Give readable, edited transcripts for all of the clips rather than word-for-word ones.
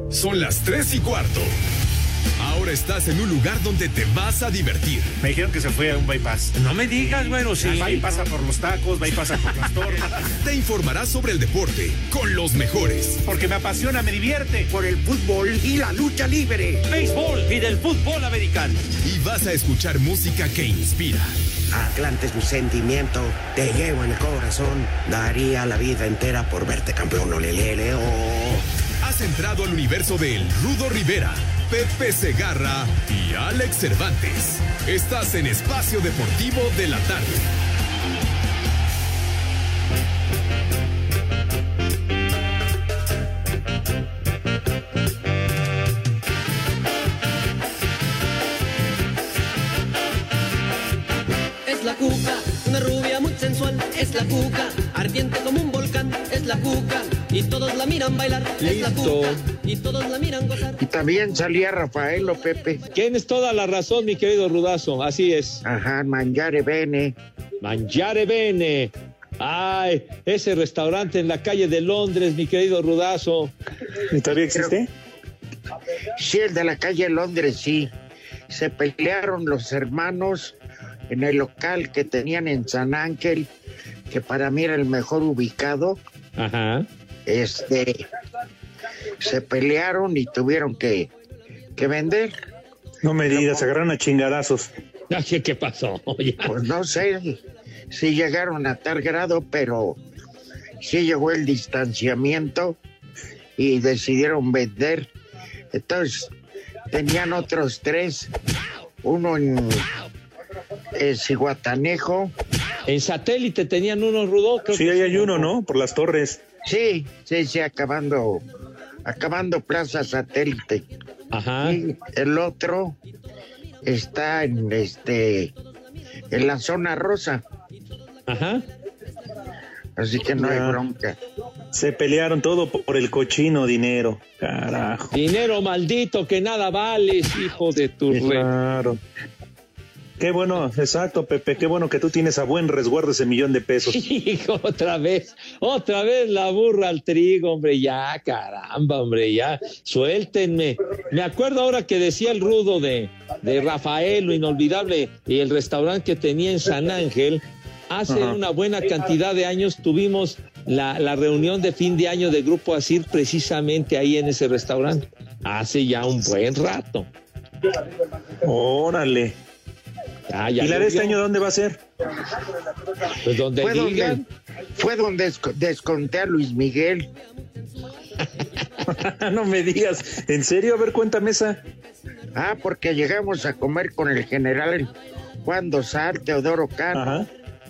Son las 3:15. Ahora estás en un lugar donde te vas a divertir. Me dijeron que se fue a un bypass. No me digas, bueno, sí. Va y pasa por los tacos, va y pasa por las tornas. Te informarás sobre el deporte con los mejores. Porque me apasiona, me divierte. Por el fútbol y la lucha libre. Béisbol y del fútbol americano. Y vas a escuchar música que inspira. Atlante es mi sentimiento, te llevo en el corazón. Daría la vida entera por verte campeón, olelele, oh. Has entrado al universo de El Rudo Rivera, Pepe Segarra y Alex Cervantes. Estás en Espacio Deportivo de la Tarde. Es la cuca, una rubia muy sensual. Es la cuca, ardiente como un volcán. Es la cuca, y todos la miran bailar. Es la cuca, y todos la miran gozar. Y también salía Rafaelo, Pepe. Tienes toda la razón, mi querido Rudazo, así es. Ajá, Mangiare Bene. Mangiare Bene. Ay, ese restaurante en la calle de Londres, mi querido Rudazo. ¿Y todavía existe? Sí, el de la calle de Londres, sí. Se pelearon los hermanos en el local que tenían en San Ángel, que para mí era el mejor ubicado. Ajá. Se pelearon y tuvieron que vender. No me digas, se agarraron a chingadazos. ¿Qué pasó? Pues no sé si llegaron a tal grado, pero sí llegó el distanciamiento y decidieron vender. Entonces, tenían otros 3, uno en Zihuatanejo. En Satélite tenían uno, Rudo. Sí, ahí hay uno, ¿no? Por las torres. Sí, acabando Plaza Satélite. Ajá. Y el otro está en la zona rosa. Ajá. Así que no hay bronca. Se pelearon todo por el cochino dinero. Carajo. Dinero maldito que nada vales, hijo de tu Claro. Qué bueno, exacto, Pepe, qué bueno que tú tienes a buen resguardo ese $1,000,000. Hijo, otra vez la burra al trigo, hombre, ya, caramba, hombre, ya, suéltenme. Me acuerdo ahora que decía el Rudo de Rafael, lo inolvidable, y el restaurante que tenía en San Ángel. Hace una buena cantidad de años tuvimos la reunión de fin de año de Grupo Asir precisamente ahí en ese restaurante. Hace ya un buen rato. Órale. ¿Y la de este año dónde va a ser? Pues donde digan. Fue donde desconté a Luis Miguel. No me digas. ¿En serio? A ver, cuéntame esa. Porque llegamos a comer con el general Juan Dosal, Teodoro Cano. Ajá.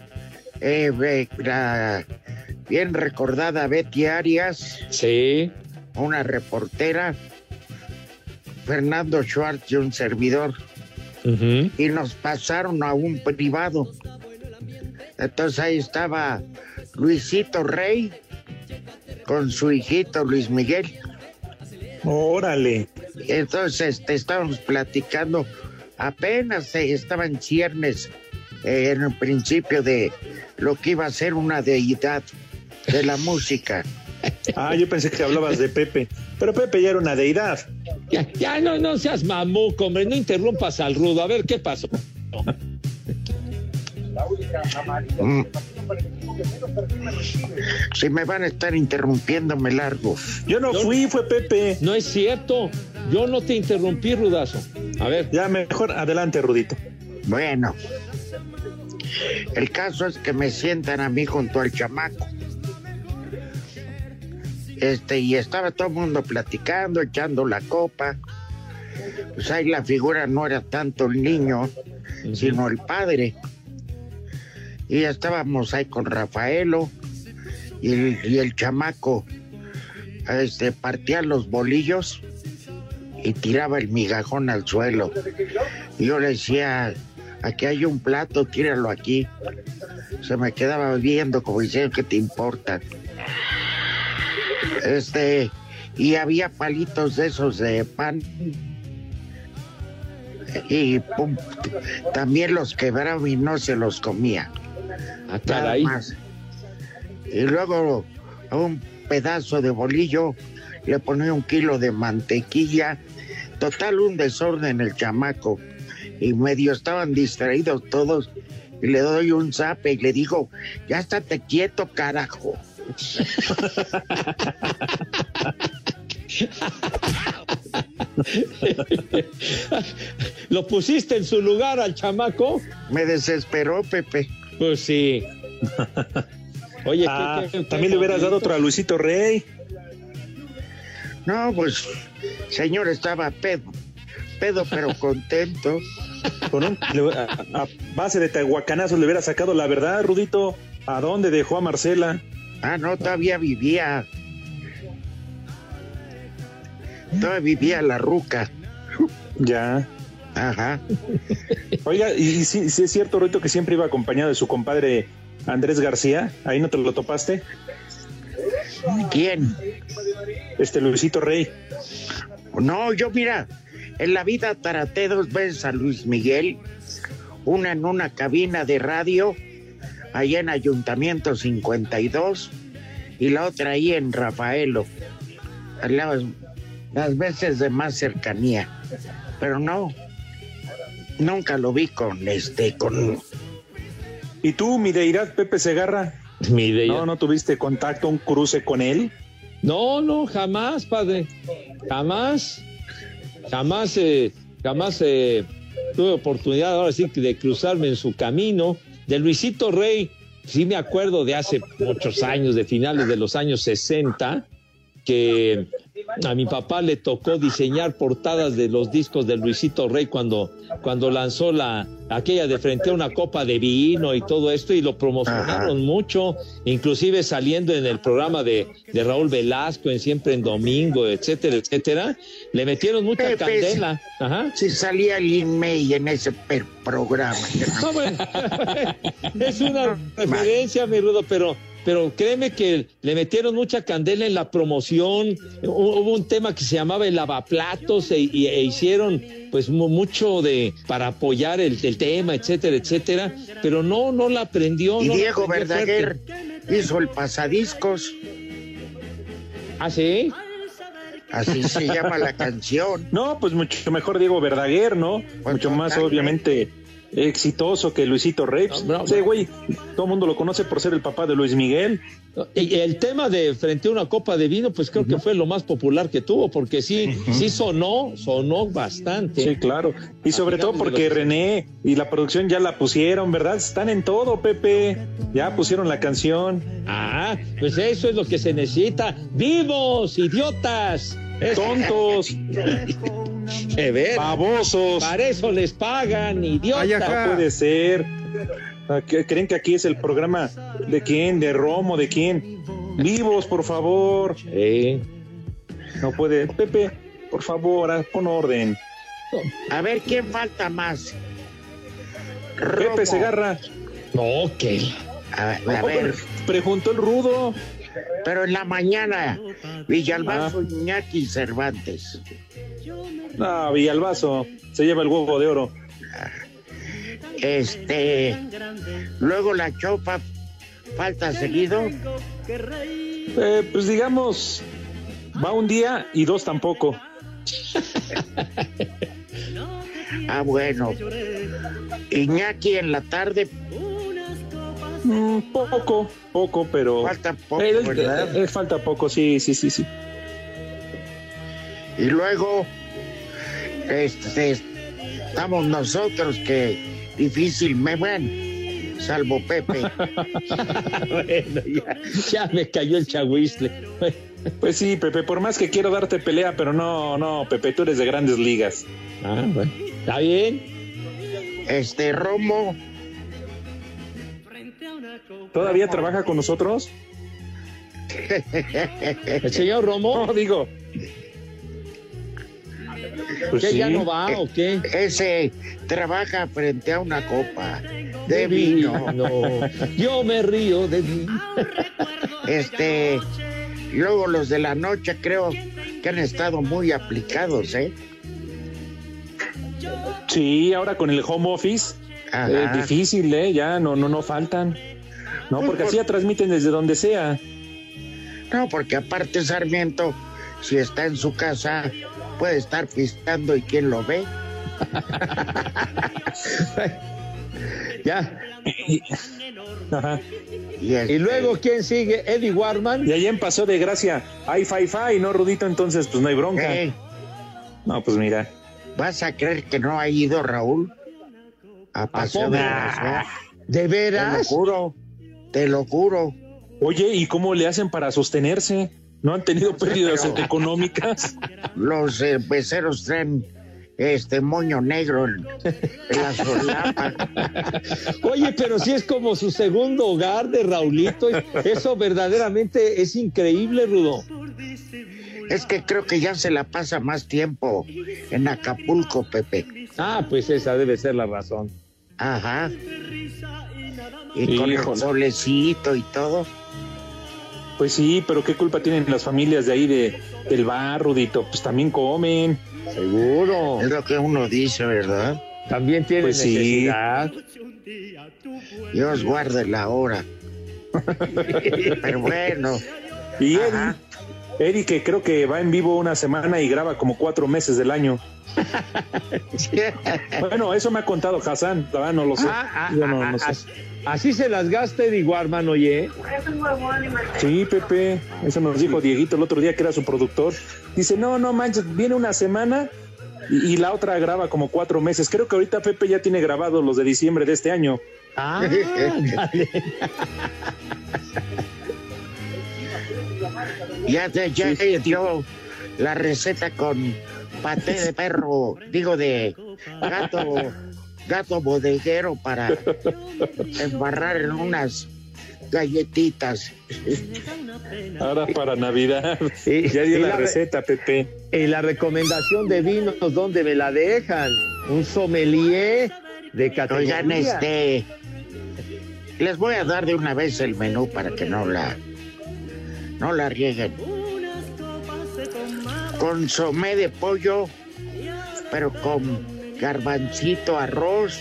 La bien recordada Betty Arias. Sí. Una reportera. Fernando Schwartz y un servidor. Uh-huh. Y nos pasaron a un privado. Entonces ahí estaba Luisito Rey con su hijito Luis Miguel. Órale. Entonces estábamos platicando, apenas estaba en ciernes en el principio de lo que iba a ser una deidad de la música. Yo pensé que hablabas de Pepe, pero Pepe ya era una deidad. Ya no seas mamuco, hombre, no interrumpas al Rudo. A ver, ¿qué pasó? Si me van a estar interrumpiendo, me largo. Yo no fui, fue Pepe. No es cierto, yo no te interrumpí, Rudazo. A ver. Ya mejor adelante, Rudito. Bueno, el caso es que me sientan a mí junto al chamaco. Y estaba todo el mundo platicando, echando la copa. Pues ahí la figura no era tanto el niño, sino el padre. Y estábamos ahí con Rafaelo y el chamaco partía los bolillos y tiraba el migajón al suelo. Y yo le decía, aquí hay un plato, tíralo aquí. Se me quedaba viendo como diciendo, ¿qué te importa? Y había palitos de esos de pan y pum, también los quebraba y no se los comía. Nada más. Y luego a un pedazo de bolillo le ponía 1 kilo de mantequilla. Total, un desorden el chamaco. Y medio estaban distraídos todos. Y le doy un zape y le digo, ya estate quieto, carajo. ¿Lo pusiste en su lugar al chamaco? Me desesperó, Pepe. Pues sí. Oye, también le hubieras dado otro a Luisito Rey. No, pues, señor, estaba pedo pero contento. A base de tehuacanazos le hubiera sacado la verdad, Rudito. ¿A dónde dejó a Marcela? Ah, no, todavía vivía la ruca. Ya. Ajá. Oiga, y sí es cierto, Rudito, que siempre iba acompañado de su compadre Andrés García. ¿Ahí no te lo topaste? ¿Quién? Luisito Rey. No, yo mira, en la vida taraté 2 veces a Luis Miguel, una en una cabina de radio, allá en Ayuntamiento 52, y la otra ahí en Rafaelo, las veces de más cercanía, pero no, nunca lo vi con ¿Y tú, Mideirad, Pepe Segarra? ¿No tuviste contacto, un cruce con él? No, jamás, padre. Jamás tuve oportunidad ahora sí de cruzarme en su camino. De Luisito Rey, sí me acuerdo de hace muchos años, de finales de los años 60, que a mi papá le tocó diseñar portadas de los discos de Luisito Rey cuando lanzó aquella de Frente a una copa de vino y todo esto, y lo promocionaron mucho, inclusive saliendo en el programa de Raúl Velasco, en Siempre en Domingo, etcétera, etcétera. Le metieron mucha candela. Ajá. Sí, salía Lin May en ese programa. No, bueno, es una referencia, mi Rudo, pero créeme que le metieron mucha candela en la promoción. Hubo un tema que se llamaba el lavaplatos e hicieron pues mucho para apoyar el tema, etcétera, etcétera, pero no la aprendió. Y Diego Verdaguer hizo el pasadiscos. ¿Ah, sí? Así se llama la canción. No, pues mucho mejor Diego Verdaguer, ¿no? Pues mucho más, obviamente, exitoso que Luisito Rey. Sí, güey, todo el mundo lo conoce por ser el papá de Luis Miguel. Y el tema de Frente a una copa de vino, pues creo que fue lo más popular que tuvo, porque sí sonó bastante. Sí, claro. Y sobre todo porque René y la producción ya la pusieron, ¿verdad? Están en todo, Pepe. Ya pusieron la canción. Ah, pues eso es lo que se necesita. ¡Vivos, idiotas! ¡Tontos! ¡Babosos! Para eso les pagan, idiotas. No puede ser. ¿Creen que aquí es el programa de quién? ¿De Romo? ¿De quién? Vivos, por favor. No puede. Pepe, por favor, pon orden. A ver, ¿quién falta más? Pepe Segarra. No, ¿qué? A ver. Preguntó el Rudo. Pero en la mañana, Villalbazo, Iñaki y Cervantes. No, Villalbazo se lleva el huevo de oro. Luego la Chopa, ¿falta seguido? Pues digamos, va un día y 2 tampoco. Bueno. Iñaki en la tarde. Poco, pero... Falta poco, ¿verdad? Falta poco, sí. Y luego, estamos nosotros que difícilmente, salvo Pepe. Bueno, ya me cayó el chagüisle. Pues sí, Pepe, por más que quiero darte pelea, pero no, Pepe, tú eres de Grandes Ligas. Ah, bueno, está bien. Romo. ¿Todavía trabaja con nosotros? ¿El señor Romo? No, digo. Pues ¿qué, sí? ¿Ya no va o qué? Ese trabaja frente a una copa de vino. No, yo me río de mí. Luego los de la noche creo que han estado muy aplicados, ¿eh? Sí, ahora con el home office, difícil, ya no faltan. No, porque así ya transmiten desde donde sea. No, porque aparte Sarmiento si está en su casa, puede estar pisteando y ¿quién lo ve? Ya. Ajá. Y luego, ¿quién sigue? Eddie Warman. Y allá en Paseo de Gracia, hay Fi-Fi, ¿no, Rudito? Entonces, pues no hay bronca. No, pues mira. ¿Vas a creer que no ha ido Raúl a Paseo de Gracia? ¿De veras? Te lo juro. Oye, ¿y cómo le hacen para sostenerse? ¿No han tenido pérdidas económicas? Los peceros traen moño negro en la solapa. Oye, pero si es como su segundo hogar de Raulito, eso verdaderamente es increíble, Rudo. Es que creo que ya se la pasa más tiempo en Acapulco, Pepe. Ah, pues esa debe ser la razón. Ajá. Y con el solecito y todo. Pues sí, pero ¿qué culpa tienen las familias de ahí del bar, Rudito? Pues también comen. Seguro. Es lo que uno dice, ¿verdad? También tiene pues necesidad. Sí. Dios guarde la hora. Pero bueno. Y Eddie, que creo que va en vivo una semana y graba como 4 meses del año. Bueno, eso me ha contado Hassan, la verdad no lo sé. Yo no sé. Así se las gasta Eddie Warman, oye. Sí, Pepe, eso nos dijo Dieguito el otro día, que era su productor. Dice, no manches, viene una semana y la otra graba como 4 meses. Creo que ahorita Pepe ya tiene grabados los de diciembre de este año. Ya dio la receta con paté de perro, digo de gato bodeguero para embarrar en unas galletitas. Ahora para Navidad. Ya dio la receta, Pepe. Y la recomendación de vinos, ¿dónde me la dejan? Un sommelier de categoría. Oigan, les voy a dar de una vez el menú para que no la rieguen. Consomé de pollo, pero con garbancito, arroz,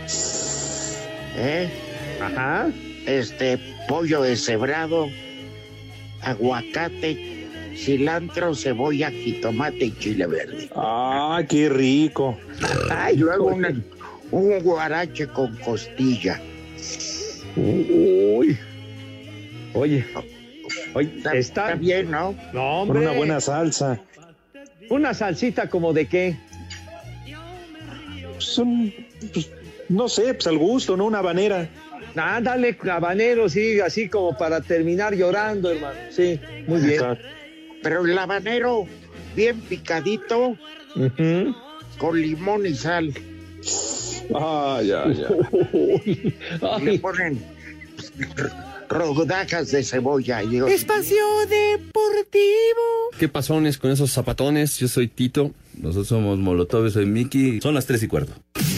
Ajá. Pollo deshebrado, aguacate, cilantro, cebolla, jitomate y chile verde. ¡Ah, qué rico! Y luego un guarache con costilla. Uy. Oye, está bien, ¿no? No, hombre. Con una buena salsa. ¿Una salsita como de qué? No sé, pues al gusto, ¿no? Una habanera. Dale habanero, sí, así como para terminar llorando, hermano. Sí, muy bien. Pero el habanero bien picadito, con limón y sal. Ya. Le ponen rodajas de cebolla. Y digo, Espacio Deportivo. ¿Qué pasones con esos zapatones? Yo soy Tito. Nosotros somos Molotov, soy Miki. Son las 3:15.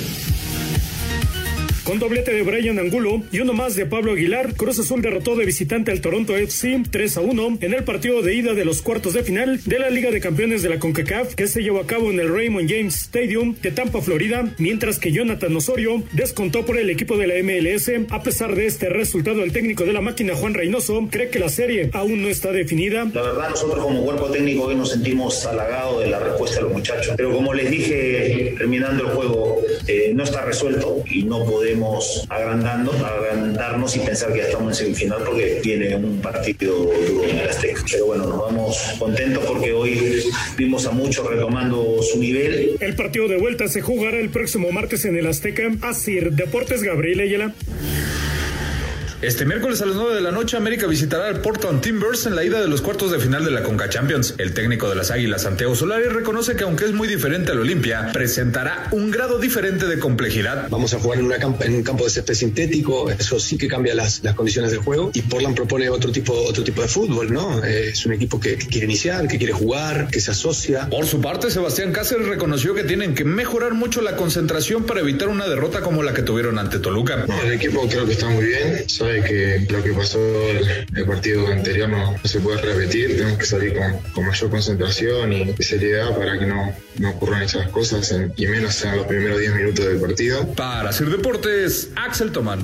Con doblete de Brian Angulo y uno más de Pablo Aguilar, Cruz Azul derrotó de visitante al Toronto FC 3-1 en el partido de ida de los cuartos de final de la Liga de Campeones de la CONCACAF, que se llevó a cabo en el Raymond James Stadium de Tampa, Florida, mientras que Jonathan Osorio descontó por el equipo de la MLS. A pesar de este resultado, el técnico de la máquina, Juan Reynoso, cree que la serie aún no está definida. La verdad, nosotros como cuerpo técnico hoy nos sentimos halagados de la respuesta de los muchachos, pero como les dije terminando el juego, no está resuelto y no podemos agrandarnos y pensar que ya estamos en semifinal porque tiene un partido duro en el Azteca. Pero bueno, nos vamos contentos porque hoy vimos a muchos retomando su nivel. El partido de vuelta se jugará el próximo martes en el Azteca. Asir Deportes, Gabriel Ayala. Este miércoles a las 9 de la noche, América visitará al Portland Timbers en la ida de los cuartos de final de la Conca Champions. El técnico de las Águilas, Santiago Solari, reconoce que aunque es muy diferente al Olimpia, presentará un grado diferente de complejidad. Vamos a jugar en un campo de césped sintético, eso sí que cambia las condiciones del juego, y Portland propone otro tipo de fútbol, ¿no? Es un equipo que quiere iniciar, que quiere jugar, que se asocia. Por su parte, Sebastián Cáceres reconoció que tienen que mejorar mucho la concentración para evitar una derrota como la que tuvieron ante Toluca. El equipo creo que está muy bien, sabe que lo que pasó el partido anterior no se puede repetir, tenemos que salir con mayor concentración y seriedad para que no ocurran esas cosas y menos en los primeros 10 minutos del partido. Para Sir Deportes, Axel Tomán.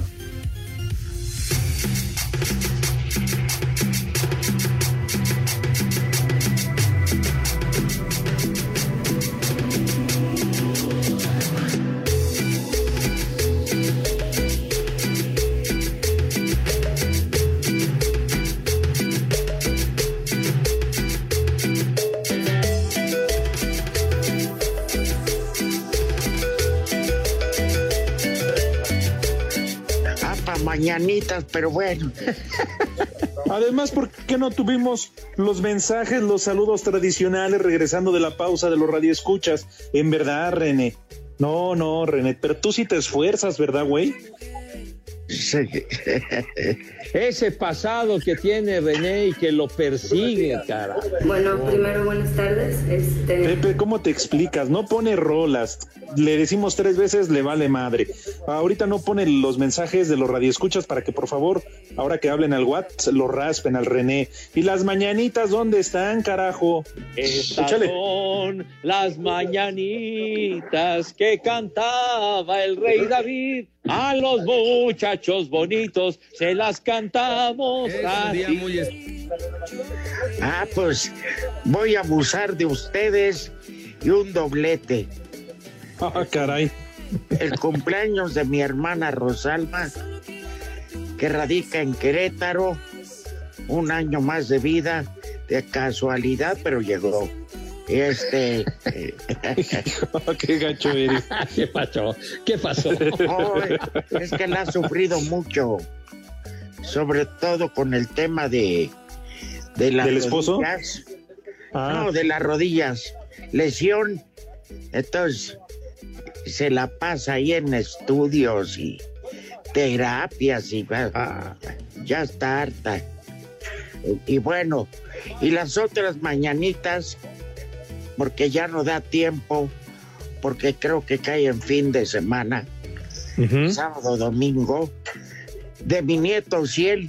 mañanitas, pero bueno. Además, ¿por qué no tuvimos los mensajes, los saludos tradicionales regresando de la pausa de los radioescuchas? En verdad, René. No, René, pero tú sí te esfuerzas, ¿verdad, güey? Sí. Ese pasado que tiene René y que lo persigue, cara. Bueno, primero buenas tardes. Pepe, ¿cómo te explicas? No pone rolas. Le decimos 3 veces, le vale madre. Ahorita no pone los mensajes de los radioescuchas para que por favor, ahora que hablen al WhatsApp, lo raspen al René. ¿Y las mañanitas dónde están, carajo? Estas son las mañanitas que cantaba el rey David. A los muchachos bonitos se las cantamos así. Pues voy a abusar de ustedes y un doblete. Caray. El cumpleaños de mi hermana Rosalba, que radica en Querétaro, 1 año más de vida, de casualidad, pero llegó. Qué gacho eres. ¿Qué pasó? Es que la ha sufrido mucho, sobre todo con el tema de las ¿del esposo? Rodillas. No, de las rodillas, lesión. Entonces se la pasa ahí en estudios y terapias y ya está harta. Y bueno, y las otras mañanitas, porque ya no da tiempo, porque creo que cae en fin de semana, sábado, domingo, de mi nieto Ciel.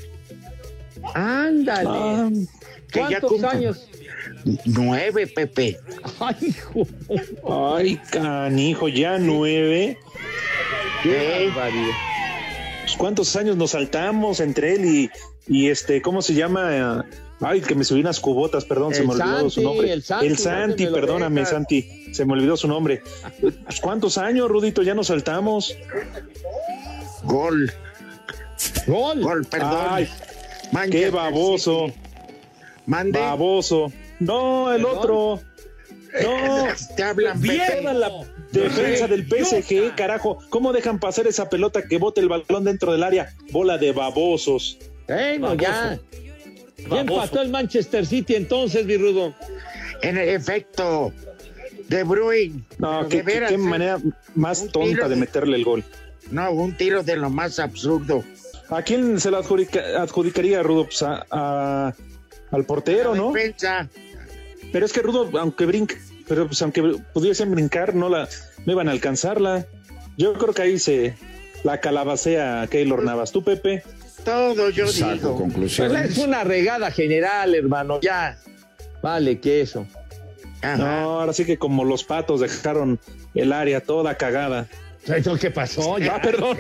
Ándale. ¿Cuántos años? 9, Pepe. Ay, hijo. Ay, canijo, ya 9. Qué barbaridad. Pues, ¿cuántos años nos saltamos entre él y ¿cómo se llama? Ay, que me subí unas cubotas, perdón, se me olvidó su nombre. El Santi, perdóname, Santi, se me olvidó su nombre. Pues, ¿cuántos años, Rudito, ya nos saltamos? Gol, perdón. Ay, qué baboso. Mande. Baboso. No, el otro. No. Te hablan, Pepe. La defensa del PSG, carajo. ¿Cómo dejan pasar esa pelota que bote el balón dentro del área? Bola de babosos. Bueno, ya. ¿Quién empató el Manchester City entonces, mi Rudo? En efecto, De Bruyne. No, qué manera más tonta de meterle el gol. No, un tiro de lo más absurdo. ¿A quién se lo adjudicaría, Rudo? Pues al portero, ¿no? Defensa. Pero es que Rudo, aunque pudiesen brincar, no iban a alcanzarla. Yo creo que ahí se la calabacea a Keylor Navas. ¿Tú, Pepe? Todo yo digo. Pues es una regada general, hermano, ya. Vale, que eso. Ajá. No, ahora sí que como los patos dejaron el área toda cagada. ¿Qué pasó? Ya. Perdón.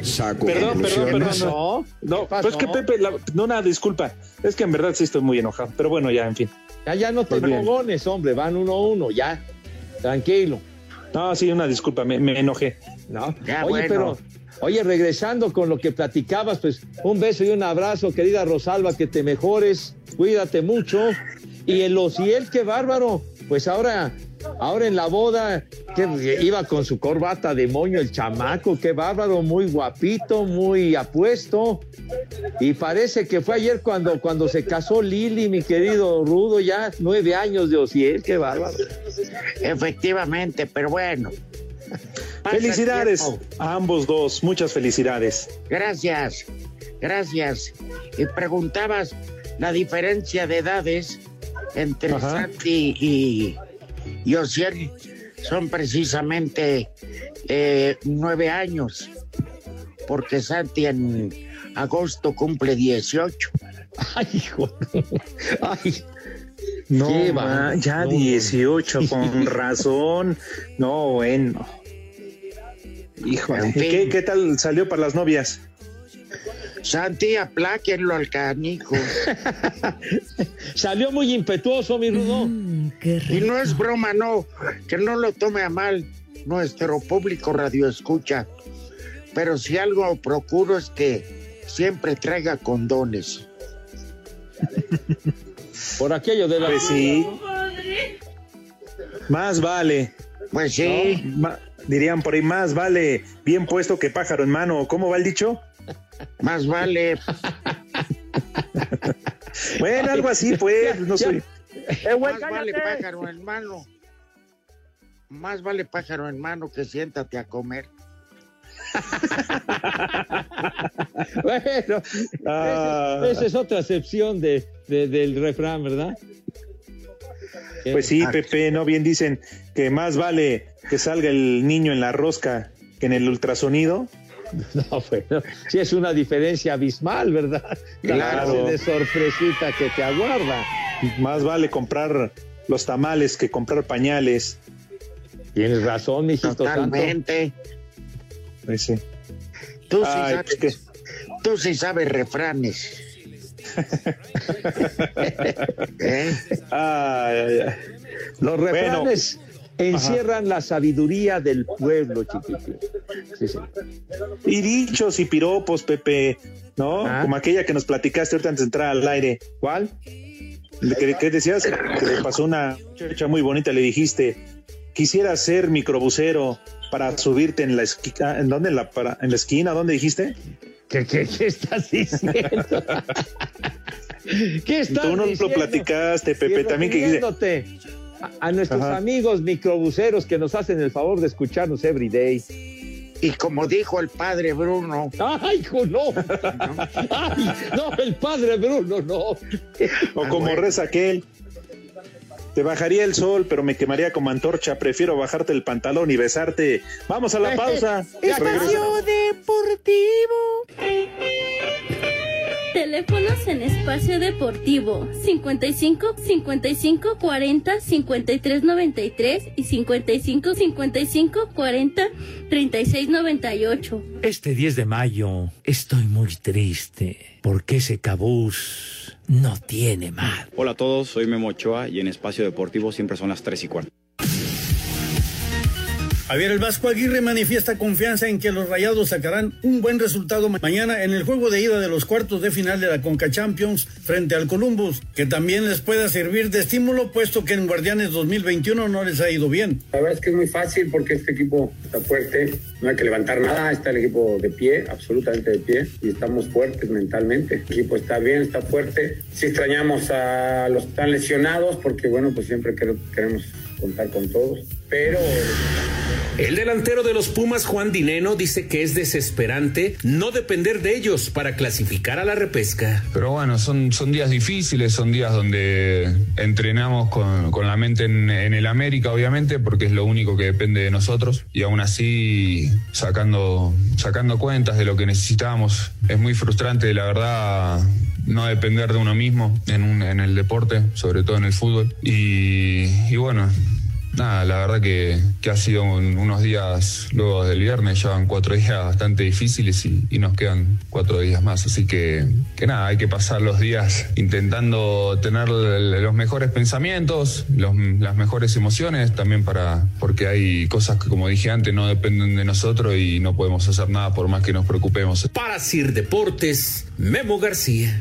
No, pues que Pepe, una disculpa. Es que en verdad sí estoy muy enojado. Pero bueno, ya, en fin. Ya no te mogones, hombre. Van 1-1, ya. Tranquilo. No, sí, una disculpa. Me enojé. No. Oye, regresando con lo que platicabas, pues un beso y un abrazo, querida Rosalba, que te mejores. Cuídate mucho. Y el Ociel, qué bárbaro. Pues ahora en la boda, que iba con su corbata de moño el chamaco, qué bárbaro, muy guapito, muy apuesto. Y parece que fue ayer cuando se casó Lili, mi querido Rudo, ya 9 años de Ociel, qué bárbaro. Efectivamente, pero bueno. Felicidades a ambos dos, muchas felicidades. Gracias. Y preguntabas la diferencia de edades entre Santi y Ociel. Son precisamente 9 años, porque Santi en agosto cumple 18. Ay, hijo. Ay. No, ya 18, con razón. No, bueno. Híjole, ¿qué tal salió para las novias? Santi, apláquenlo al canijo. Salió muy impetuoso, mi Rudo. Y no es broma, no, que no lo tome a mal nuestro público radioescucha. Pero si algo procuro es que siempre traiga condones. Por aquello de la... Pues sí. Más vale. Pues sí. ¿No? Dirían por ahí, más vale bien puesto que pájaro en mano. ¿Cómo va el dicho? Más vale. Bueno, algo así, pues, no soy. Más vale pájaro en mano. Más vale pájaro en mano que siéntate a comer. Bueno, esa es otra acepción del refrán, ¿verdad? Pues sí, Pepe, no bien dicen que más vale que salga el niño en la rosca que en el ultrasonido. No, bueno, sí es una diferencia abismal, ¿verdad? Claro. De sorpresita que te aguarda. Más vale comprar los tamales que comprar pañales. Tienes razón, mijito. Totalmente. Pues sí. Tú sí sabes refranes. Los refranes encierran la sabiduría del pueblo, chiquitín. Sí, sí. Y dichos y piropos, Pepe, ¿no? Como aquella que nos platicaste ahorita antes de entrar al aire. ¿Cuál? ¿Qué decías? Que le pasó una muchacha muy bonita, le dijiste, quisiera ser microbusero para subirte en la esquina. ¿En dónde? En la esquina, ¿dónde dijiste? ¿Qué estás diciendo? ¿Qué estás Tú no diciendo? Lo platicaste, Pepe, también que dice a nuestros amigos microbuseros que nos hacen el favor de escucharnos every day. Y como dijo el padre Bruno. ¡Ay, hijo, no! ¡Ay, no, el padre Bruno, no! O como reza aquel. Te bajaría el sol, pero me quemaría como antorcha. Prefiero bajarte el pantalón y besarte. Vamos a la pausa. Espacio Deportivo. Teléfonos en Espacio Deportivo 55 55 40 53 93 y 55 55 40 36 98. Este 10 de mayo estoy muy triste porque ese cabús no tiene madre. Hola a todos, soy Memo Ochoa y en Espacio Deportivo siempre son las 3:15. Javier El Vasco Aguirre manifiesta confianza en que los Rayados sacarán un buen resultado mañana en el juego de ida de los cuartos de final de la Conca Champions frente al Columbus, que también les pueda servir de estímulo puesto que en Guardianes 2021 no les ha ido bien. La verdad es que es muy fácil porque este equipo está fuerte, no hay que levantar nada, está el equipo de pie, absolutamente de pie, y estamos fuertes mentalmente. El equipo está bien, está fuerte. Sí extrañamos a los que están lesionados porque bueno, pues siempre queremos contar con todos, pero... El delantero de los Pumas, Juan Dineno, dice que es desesperante no depender de ellos para clasificar a la repesca. Pero bueno, son días difíciles, son días donde entrenamos con la mente en el América, obviamente, porque es lo único que depende de nosotros, y aún así sacando cuentas de lo que necesitamos. Es muy frustrante, la verdad, no depender de uno mismo en el deporte, sobre todo en el fútbol. Y bueno, nada, la verdad que ha sido unos días luego del viernes, ya van 4 días bastante difíciles y nos quedan 4 días más, así que nada, hay que pasar los días intentando tener los mejores pensamientos, las mejores emociones también porque hay cosas que, como dije antes, no dependen de nosotros y no podemos hacer nada por más que nos preocupemos. Para Sir Deportes, Memo García.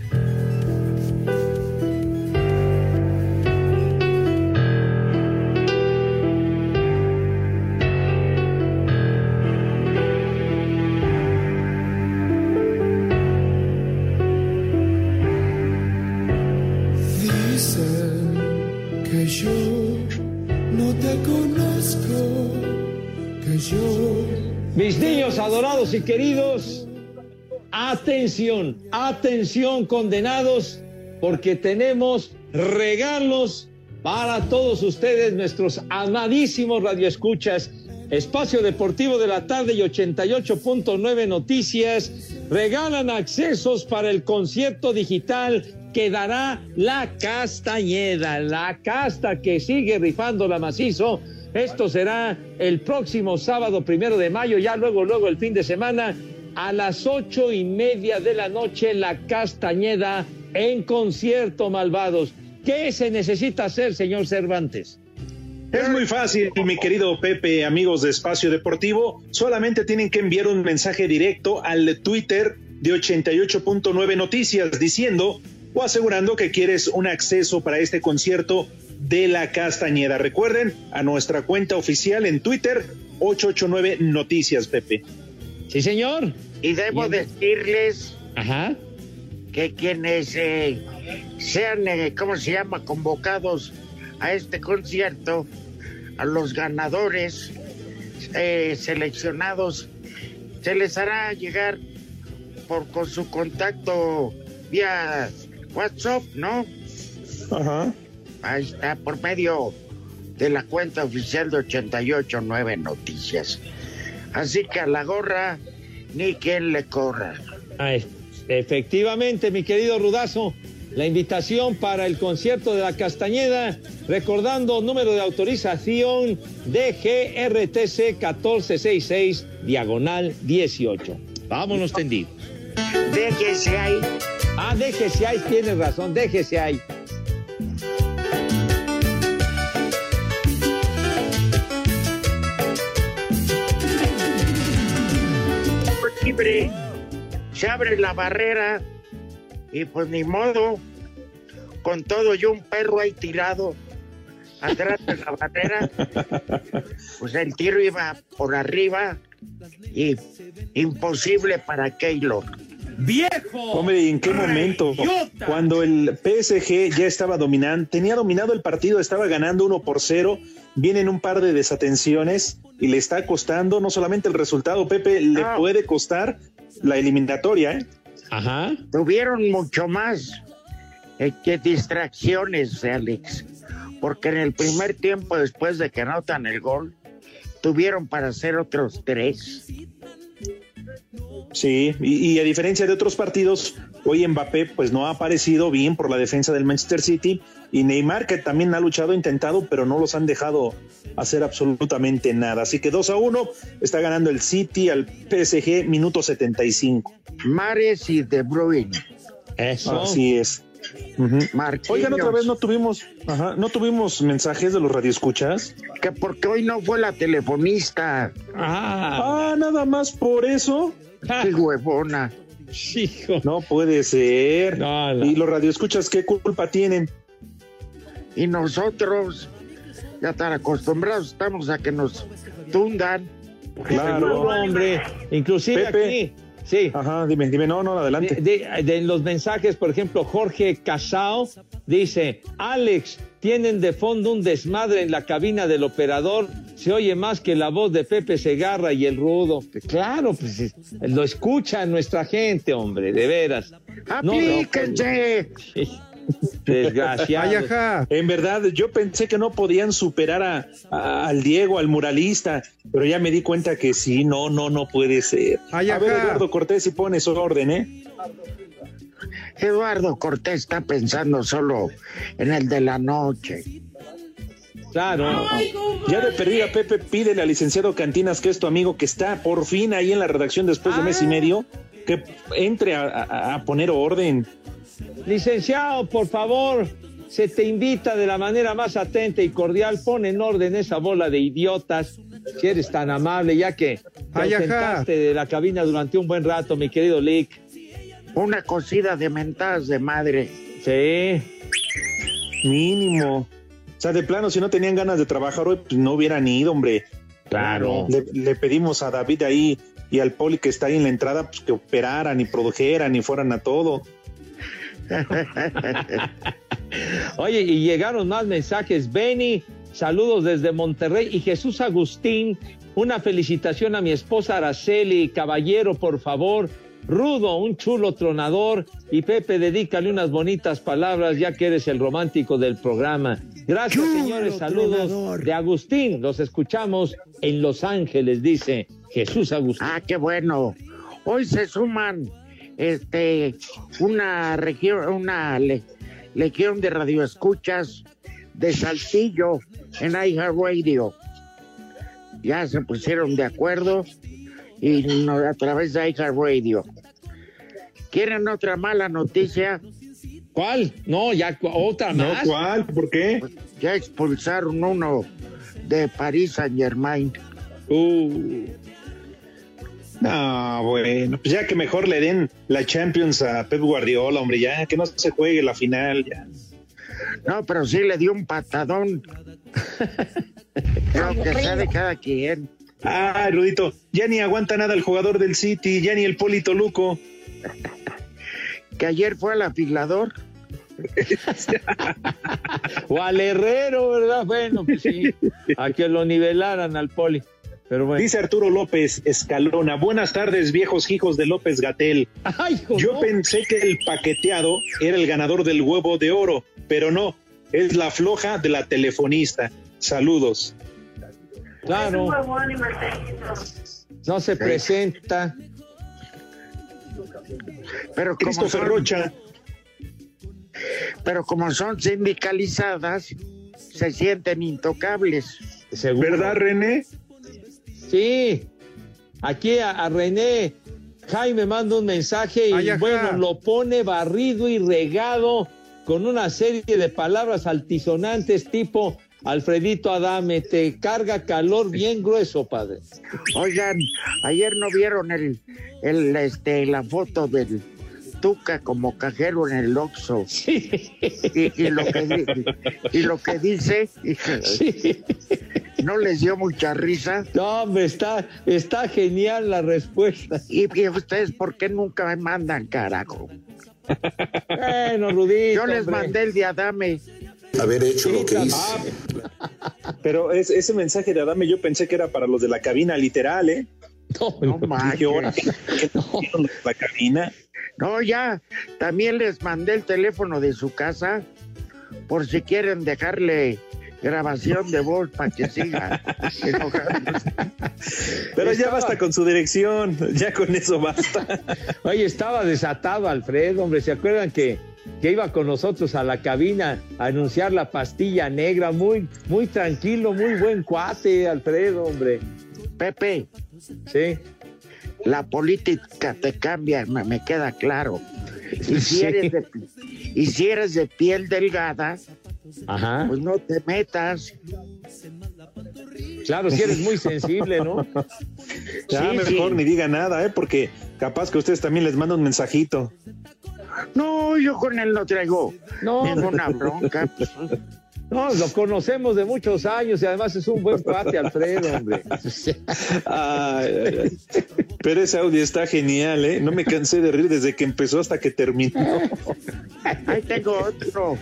Mis niños adorados y queridos, atención, atención condenados, porque tenemos regalos para todos ustedes, nuestros amadísimos radioescuchas. Espacio Deportivo de la Tarde y 88.9 Noticias regalan accesos para el concierto digital que dará La Castañeda, la casta que sigue rifando la macizo. Esto será el próximo sábado 1 de mayo, ya luego el fin de semana, a las 8:30 de la noche, La Castañeda en concierto, malvados. ¿Qué se necesita hacer, señor Cervantes? Es muy fácil, mi querido Pepe, amigos de Espacio Deportivo. Solamente tienen que enviar un mensaje directo al Twitter de 88.9 Noticias diciendo o asegurando que quieres un acceso para este concierto de La Castañeda. Recuerden, a nuestra cuenta oficial en Twitter, 889 Noticias, Pepe. Sí, señor. Y debo decirles Ajá. que quienes sean, ¿cómo se llama?, convocados a este concierto, a los ganadores seleccionados, se les hará llegar con su contacto vía WhatsApp, ¿no? Ajá. Ahí está, por medio de la cuenta oficial de 88.9 Noticias. Así que a la gorra, ni quien le corra. Efectivamente, mi querido Rudazo, la invitación para el concierto de la Castañeda, recordando número de autorización DGRTC 1466/18. Vámonos tendidos. Déjese ahí. Déjese ahí, tienes razón, déjese ahí. Libre, se abre la barrera y pues ni modo, con todo y un perro ahí tirado atrás de la barrera, pues el tiro iba por arriba y imposible para Keylor. ¡Viejo! Hombre, ¿y en qué momento? ¡Idiota! Cuando el PSG ya estaba dominando, tenía dominado el partido, estaba ganando 1-0, vienen un par de desatenciones y le está costando no solamente el resultado, Pepe, le puede costar la eliminatoria, ¿eh? Ajá. Tuvieron mucho más que distracciones, Alex, porque en el primer tiempo, después de que anotan el gol, tuvieron para hacer otros 3. Sí, y a diferencia de otros partidos, hoy Mbappé pues no ha aparecido bien por la defensa del Manchester City, y Neymar, que también ha luchado, intentado, pero no los han dejado hacer absolutamente nada. Así que 2-1, está ganando el City al PSG, minuto 75. Mahrez y De Bruyne. Eso. Así es. Uh-huh. Oigan, otra vez no tuvimos mensajes de los radioescuchas. Que porque hoy no fue la telefonista. Nada más por eso. Qué huevona. Hijo. No puede ser. No. ¿Y los radioescuchas qué culpa tienen? Y nosotros ya tan acostumbrados estamos a que nos tundan. Claro, hombre. Inclusive Pepe. Aquí. Sí. Ajá, dime, no, adelante. De los mensajes, por ejemplo, Jorge Casao dice: Alex, tienen de fondo un desmadre en la cabina del operador, se oye más que la voz de Pepe Segarra y el Rudo. Claro, pues lo escucha nuestra gente, hombre, de veras. ¡Aplíquense! Desgraciado. En verdad, yo pensé que no podían superar al Diego, al muralista, pero ya me di cuenta que sí, no puede ser. A ver, Eduardo Cortés, si pones orden, ¿eh? Eduardo Cortés está pensando solo en el de la noche. Claro. Ya de perdida, Pepe, pídele al licenciado Cantinas, que es tu amigo, que está por fin ahí en la redacción después de mes y medio, que entre a poner orden. Licenciado, por favor, se te invita de la manera más atenta y cordial, pon en orden esa bola de idiotas, si eres tan amable, ya que te ausentaste de la cabina durante un buen rato, mi querido Lick. Una cocida de mentadas de madre. Sí. Mínimo. O sea, de plano, si no tenían ganas de trabajar hoy, pues no hubieran ido, hombre. Claro. Le pedimos a David ahí y al Poli que está ahí en la entrada, pues que operaran y produjeran y fueran a todo. Oye, y llegaron más mensajes. Benny, saludos desde Monterrey. Y Jesús Agustín, una felicitación a mi esposa Araceli. Caballero, por favor. Rudo, un chulo tronador. Y Pepe, dedícale unas bonitas palabras, ya que eres el romántico del programa. Gracias, chulo, señores, saludos tronador. De Agustín. Los escuchamos en Los Ángeles, dice Jesús Agustín. Qué bueno. Hoy se suman una legión de radioescuchas de Saltillo en iHeartRadio. Ya se pusieron de acuerdo y a través de iHeartRadio. ¿Quieren otra mala noticia? ¿Cuál? No, ya otra más. No, ¿cuál? ¿Por qué? Ya expulsaron uno de Paris Saint-Germain. No, bueno, pues ya que mejor le den la Champions a Pep Guardiola, hombre, ya que no se juegue la final, ya. No, pero sí le dio un patadón. Creo que sea de cada quien. Ah, Rudito, ya ni aguanta nada el jugador del City, ya ni el Polito Luco. Que ayer fue al afilador. O al Herrero, ¿verdad? Bueno, pues sí, a que lo nivelaran al Poli. Pero bueno. Dice Arturo López Escalona, buenas tardes, viejos hijos de López-Gatell. Yo pensé que el paqueteado era el ganador del huevo de oro, pero no, es la floja de la telefonista. Saludos. Claro. No se presenta. Pero Christopher Rocha. Pero como son sindicalizadas, se sienten intocables. ¿Seguro? ¿Verdad, René? Sí. Aquí a René Jaime manda un mensaje y bueno, lo pone barrido y regado con una serie de palabras altisonantes tipo Alfredito Adame, te carga calor bien grueso, padre. Oigan, ayer no vieron la foto del Tuca como cajero en el Oxxo. Sí. Y lo que dice, sí. ¿No les dio mucha risa? No, hombre, está genial la respuesta. ¿Y ustedes por qué nunca me mandan, carajo? Bueno, Rudito, yo les mandé el de Adame. Haber hecho lo que hice. Pero ese mensaje de Adame yo pensé que era para los de la cabina, literal, ¿eh? No manches. La cabina. No, ya, también les mandé el teléfono de su casa por si quieren dejarle grabación de voz para que siga enojándose. Pero ya basta con su dirección, ya con eso basta. Oye, estaba desatado Alfredo, hombre, ¿se acuerdan que iba con nosotros a la cabina a anunciar la pastilla negra? Muy, muy tranquilo, muy buen cuate, Alfredo, hombre. Pepe. Sí. La política te cambia, me queda claro. Y si eres de piel delgada, ajá, pues no te metas. Claro, si eres muy sensible, ¿no? Ya sí, mejor ni diga nada, porque capaz que a ustedes también les manda un mensajito. No, yo con él no traigo ninguna bronca. No, lo conocemos de muchos años y además es un buen cuate, Alfredo, hombre. Ay. Pero ese audio está genial, ¿eh? No me cansé de reír desde que empezó hasta que terminó. Ahí tengo otro.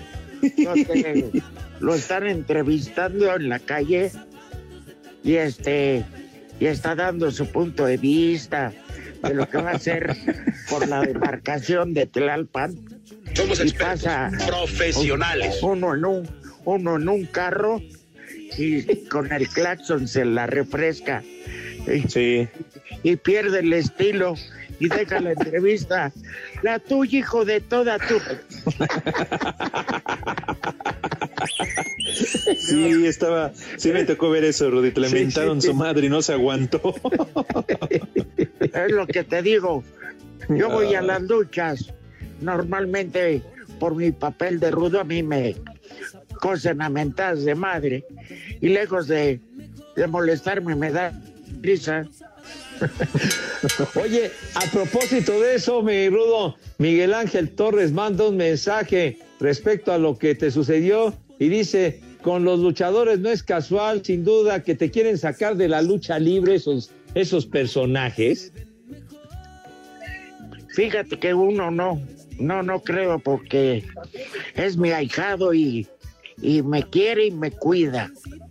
Lo están entrevistando en la calle y está dando su punto de vista de lo que va a hacer por la demarcación de Tlalpan. Somos expertos, profesionales. Uno en un carro y con el claxon se la refresca. Sí. Y pierde el estilo y deja la entrevista. La tuya, hijo de toda tu... Sí, me tocó ver eso, Rudito. Le mentaron su madre y no se aguantó. Es lo que te digo. Yo voy a las luchas. Normalmente, por mi papel de rudo, a mí me cosen a mentadas de madre. Y lejos de molestarme, me da risa. Oye, a propósito de eso, mi rudo, Miguel Ángel Torres manda un mensaje respecto a lo que te sucedió y dice: con los luchadores no es casual, sin duda, que te quieren sacar de la lucha libre esos personajes. Fíjate que uno no creo, porque es mi ahijado y me quiere y me cuida.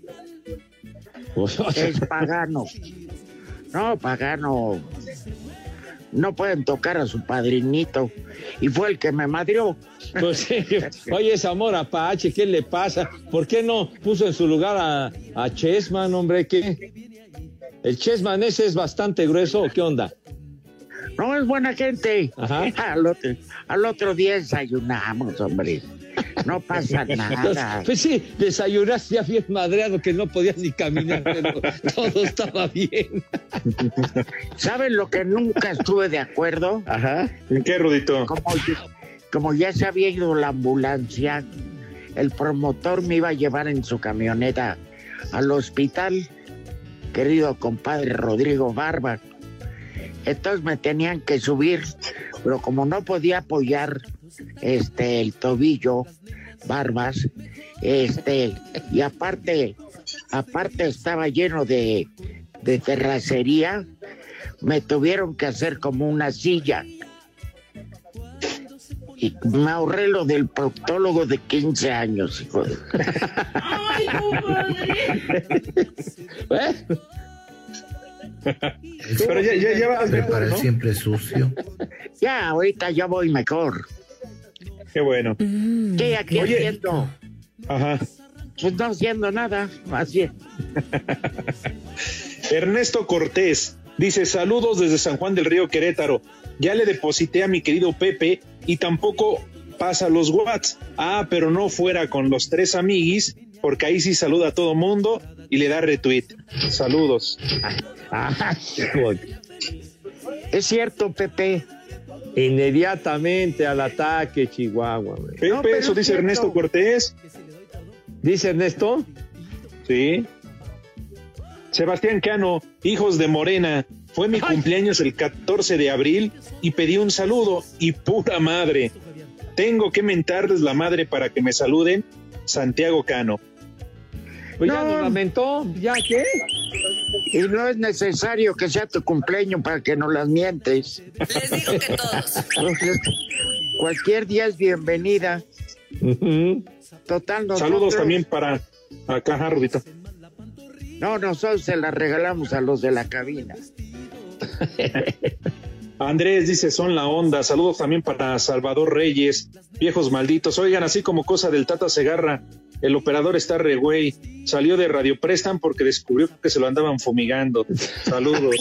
Es pagano. No, pagano. No pueden tocar a su padrinito. Y fue el que me madrió. Pues sí. Oye, Zamora Apache, ¿qué le pasa? ¿Por qué no puso en su lugar a Chessman, hombre? ¿Qué? ¿El Chessman ese es bastante grueso o qué onda? No, es buena gente. Ajá. Al otro día desayunamos, hombre. No pasa nada. Pues sí, desayunaste ya bien madreado que no podías ni caminar, pero todo estaba bien. ¿Saben lo que nunca estuve de acuerdo? Ajá. ¿En qué, Rudito? Como ya se había ido la ambulancia, el promotor me iba a llevar en su camioneta al hospital, querido compadre Rodrigo Barba. Entonces me tenían que subir, pero como no podía apoyar el tobillo, Barbas, y aparte estaba lleno de de terracería, me tuvieron que hacer como una silla. Y me ahorré lo del proctólogo de 15 años, hijo de... ¡Ay, Pero ya vas mejor, Para ¿no? siempre sucio. Ya, ahorita ya voy mejor. Qué bueno. ¿Qué aquí Oye. haciendo? Ajá. Pues no haciendo nada, más bien. Ernesto Cortés dice: saludos desde San Juan del Río, Querétaro. Ya le deposité a mi querido Pepe y tampoco pasa los watts. Ah, pero no fuera con los 3 amiguis, porque ahí sí saluda a todo mundo y le da retweet. Saludos. Es cierto, Pepe. Inmediatamente al ataque, Chihuahua. Güey. Pepe, No, pero eso es dice cierto. Ernesto Cortés. ¿Dice Ernesto? Sí. Sebastián Cano, hijos de Morena. Fue mi cumpleaños el 14 de abril y pedí un saludo y pura madre. Tengo que mentarles la madre para que me saluden. Santiago Cano. Pues ya No. nos lamentó, ¿ya qué? Y no es necesario que sea tu cumpleaños para que no las mientes. Les digo que todos. Entonces, cualquier día es bienvenida. Total, nosotros... Saludos también para acá, Rudito. No, nosotros se las regalamos a los de la cabina. Andrés dice: son la onda. Saludos también para Salvador Reyes. Viejos malditos. Oigan, así como cosa del Tata Segarra, el operador está re güey. Salió de Radio Prestan porque descubrió que se lo andaban fumigando. Saludos.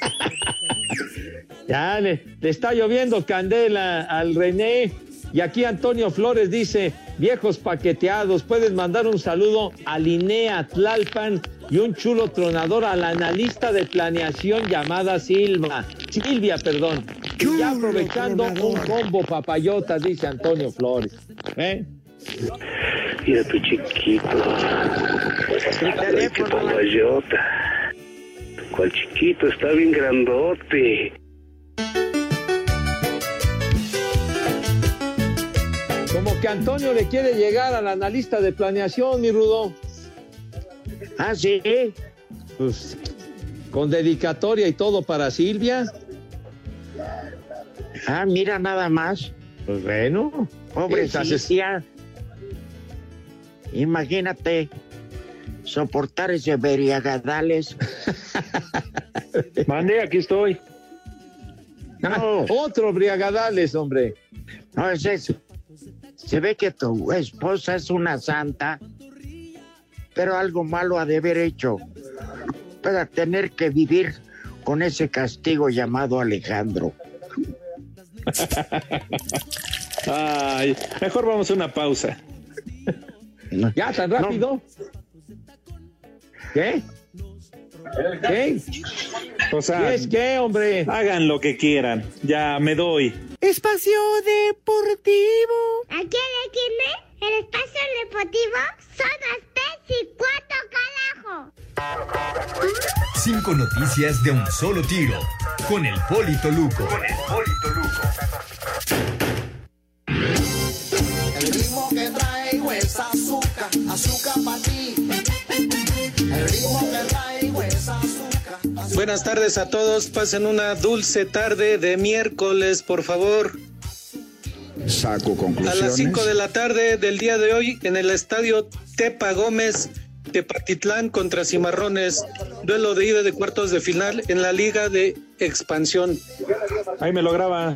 Ya le está lloviendo candela al René. Y aquí Antonio Flores dice: viejos paqueteados, pueden mandar un saludo a Linnea Tlalpan y un chulo tronador a la analista de planeación llamada Silvia, y ya aprovechando un combo papayotas, dice Antonio Flores. Mira tu chiquito. Ay, qué papayota. ¿Cuál chiquito? Está bien grandote. Como que Antonio le quiere llegar al analista de planeación, mi Rudo. Ah, sí. Pues con dedicatoria y todo para Silvia. Ah, mira nada más. Pues bueno. Pobre Entonces- Silvia. Imagínate soportar ese Beriagadales. Mande, aquí estoy. No, Otro Briagadales, hombre. no es eso. Se ve que tu esposa es una santa, pero algo malo ha de haber hecho para tener que vivir con ese castigo llamado Alejandro. Ay, mejor vamos a una pausa. ¿Ya tan rápido? ¿Qué? ¿Qué? O sea, ¿Qué es qué, hombre? hagan lo que quieran. Ya me doy. Espacio Deportivo. ¿A quién le quiere? El espacio deportivo son las 3 y 4, carajo. 5 noticias de un solo tiro. Con el Polito Luco. El ritmo que traigo es azúcar, azúcar para ti. El ritmo que traigo es azúcar. Buenas tardes a todos, pasen una dulce tarde de miércoles, por favor. Saco A conclusiones. las 5 de la tarde del día de hoy, en el estadio Tepa Gómez, Tepatitlán contra Cimarrones, duelo de ida de cuartos de final en la Liga de Expansión. Ahí me lo graba.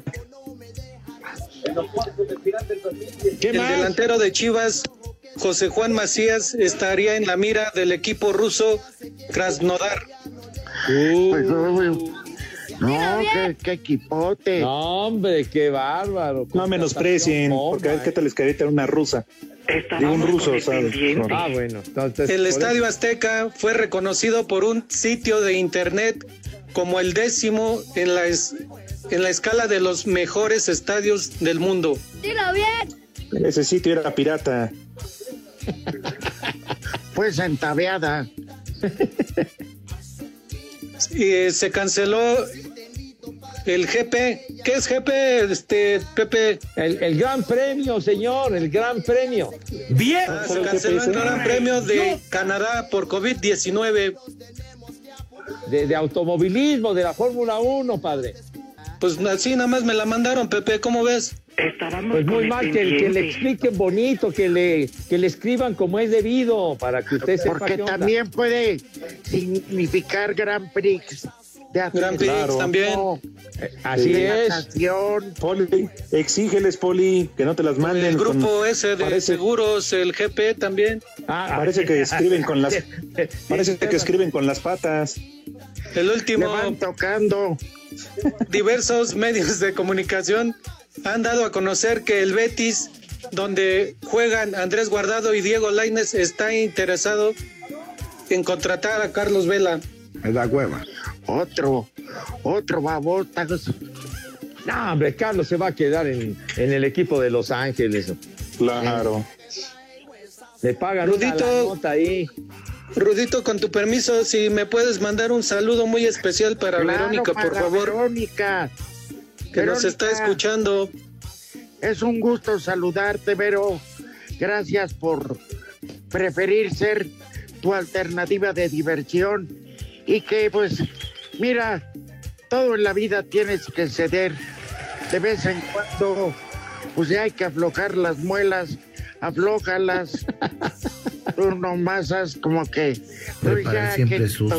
¿Qué El más? delantero de Chivas, José Juan Macías, estaría en la mira del equipo ruso Krasnodar. Pues, no, qué equipote. No, hombre, qué bárbaro. No menosprecien, porque a ver qué tal les caería una rusa. Digo, un ruso, ¿sabes? Ah, bueno. Entonces, El por Estadio eso- Azteca fue reconocido por un sitio de internet como el 10º en la escala de los mejores estadios del mundo. Dilo bien. Ese sitio era pirata. Pues entabeada. Y se canceló el GP. ¿Qué es GP, Pepe? El Gran Premio, señor, el Gran Premio. Se canceló el Gran Premio de Canadá por COVID-19. de automovilismo, de la Fórmula 1, padre. Pues así nada más me la mandaron, Pepe, ¿cómo ves? Pues muy mal, que le expliquen bonito, que le escriban como es debido, para que usted sepa. Porque también puede significar Grand Prix. Grand Prix, claro. También. Así es. Poli, exígeles, Poli, que no te las manden. El grupo ese de seguros, el GP también. Parece que escriben con las patas. El último. Me van tocando. Diversos medios de comunicación han dado a conocer que el Betis, donde juegan Andrés Guardado y Diego Lainez, está interesado en contratar a Carlos Vela. Me da hueva. Otro babota. No, hombre, Carlos se va a quedar en el equipo de Los Ángeles. Claro. Le pagan una nota ahí. Rudito, con tu permiso, si me puedes mandar un saludo muy especial para Verónica, por favor. Verónica. Que nos está escuchando. Es un gusto saludarte, Vero. Gracias por preferir ser tu alternativa de diversión. Y que, pues, mira, todo en la vida tienes que ceder. De vez en cuando, pues ya hay que aflojar las muelas, aflójalas. Tú nomás haz como que... Prepara siempre sucio.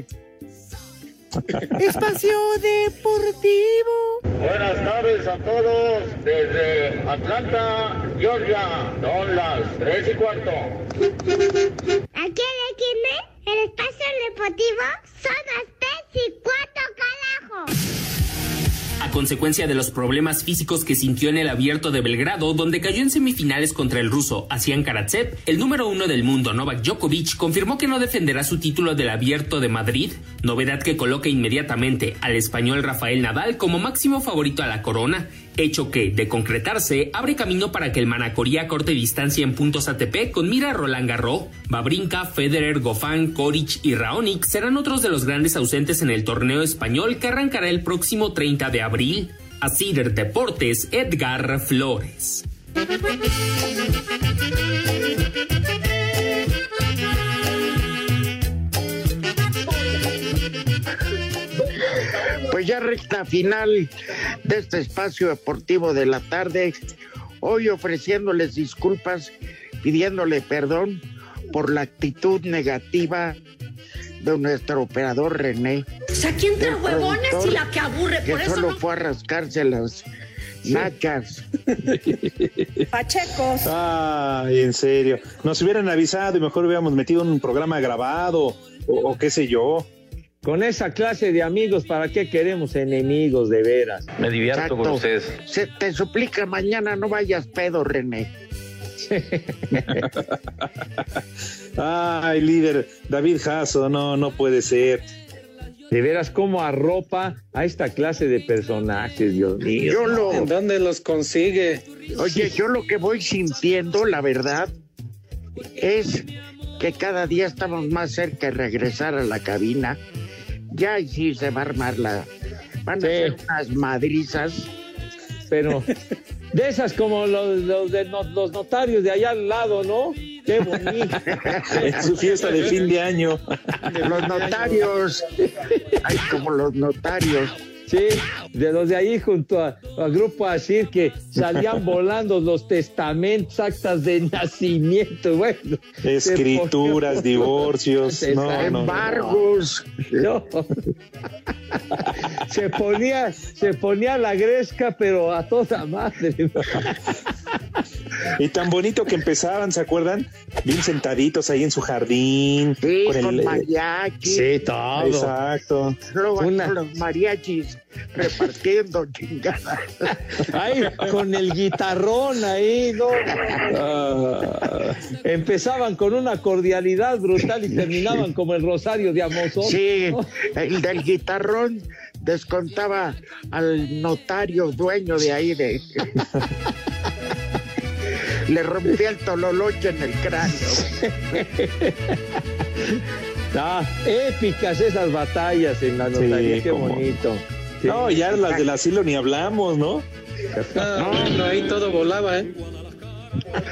Espacio Deportivo. Buenas tardes a todos desde Atlanta, Georgia. Son las 3:15. Aquí el Espacio Deportivo son las 3:04, carajo. A consecuencia de los problemas físicos que sintió en el Abierto de Belgrado, donde cayó en semifinales contra el ruso Asian Karatsev, el número 1 del mundo, Novak Djokovic, confirmó que no defenderá su título del Abierto de Madrid, novedad que coloca inmediatamente al español Rafael Nadal como máximo favorito a la corona, hecho que, de concretarse, abre camino para que el manacorí acorte distancia en puntos ATP con mira a Roland Garros. Wawrinka, Federer, Goffin, Coric y Raonic serán otros de los grandes ausentes en el torneo español que arrancará el próximo 30 de abril. Así de Deportes, Edgar Flores. Pues ya recta final de este espacio deportivo de la tarde, hoy ofreciéndoles disculpas, pidiéndole perdón por la actitud negativa de nuestro operador René. O sea, ¿quién trae huevones y la que aburre? Que por eso solo no... fue a rascarse las nachas. Pachecos. Ay, en serio. Nos hubieran avisado y mejor hubiéramos metido un programa grabado o qué sé yo. Con esa clase de amigos, ¿para qué queremos enemigos, de veras? Me divierto con ustedes. Se te suplica mañana no vayas pedo, René. Ay, líder, David Jasso, no puede ser. De veras, cómo arropa a esta clase de personajes, Dios mío. ¿En dónde los consigue? Oye, yo lo que voy sintiendo, la verdad, es que cada día estamos más cerca de regresar a la cabina. Ya sí se va a armar van a ser unas madrizas. Pero de esas como los notarios de allá al lado, ¿no? Qué bonito. En su fiesta de fin de año. Los notarios. Ay, como los notarios. Sí, de los de ahí junto al grupo Asir, que salían volando los testamentos, actas de nacimiento, bueno. Escrituras, divorcios, embargos. No. Se ponía la gresca, pero a toda madre. Y tan bonito que empezaban, ¿se acuerdan? Bien sentaditos ahí en su jardín. Sí, con mariachi. Sí, todo. Exacto. Los mariachis repartiendo chingadas. Ay, con el guitarrón ahí, ¿no? Empezaban con una cordialidad brutal y terminaban como el Rosario de Amozón. Sí, el del guitarrón descontaba al notario dueño de ahí de... Le rompía el tololoche en el cráneo. Épicas esas batallas en la notaría, qué bonito. Sí. No, ya las del asilo ni hablamos, ¿no? No, ahí todo volaba, ¿eh?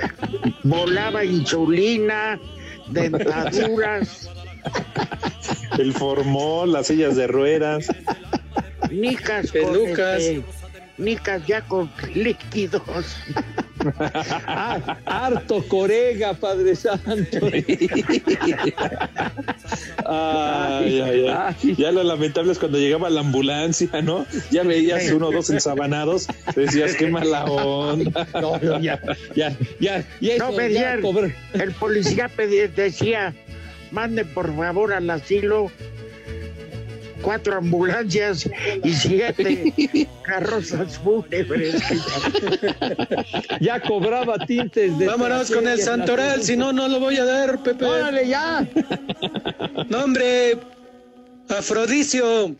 Volaba insulina, dentaduras. el formol, las sillas de ruedas. Nicas pelucas. Nicas ya con líquidos. Harto corega, Padre Santo. Ya lo lamentable es cuando llegaba la ambulancia, ¿no? Ya veías uno o dos ensabanados, decías qué mala onda. No, ya. No, pedían, el policía decía, mande por favor al asilo 4 ambulancias y 7 carrozas fúnebres. Ya cobraba tintes de... Vámonos con el santoral, si no, no lo voy a dar, Pepe. ¡Órale, ya! ¡Nombre! Afrodisio.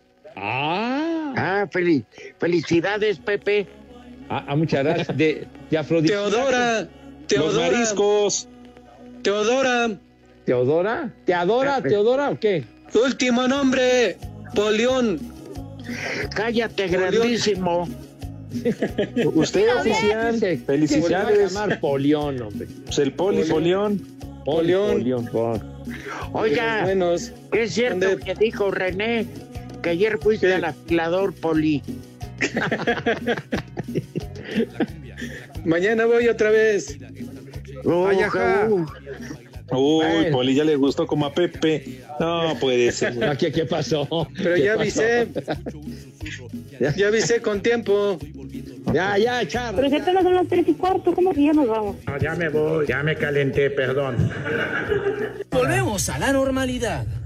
Felicidades, Pepe. Muchas gracias. De Afrodisio. Teodora. Los mariscos. Teodora. ¿Teodora o qué? Último nombre. Polión. Cállate, grandísimo. Usted, oficial. Felicidades. Se va a llamar Polión, hombre. Pues el Polión. Oiga, ¿es cierto que dijo René que ayer fuiste al afilador, Poli? Mañana voy otra vez. Uy, Poli, ya le gustó como a Pepe. No puede ser. ¿Qué pasó? Pero ya avisé. Ya avisé con tiempo. Ya, Charles. Pero si apenas son las 3:15, ¿cómo que ya nos vamos? No, ya me voy, ya me calenté, perdón. Volvemos a la normalidad.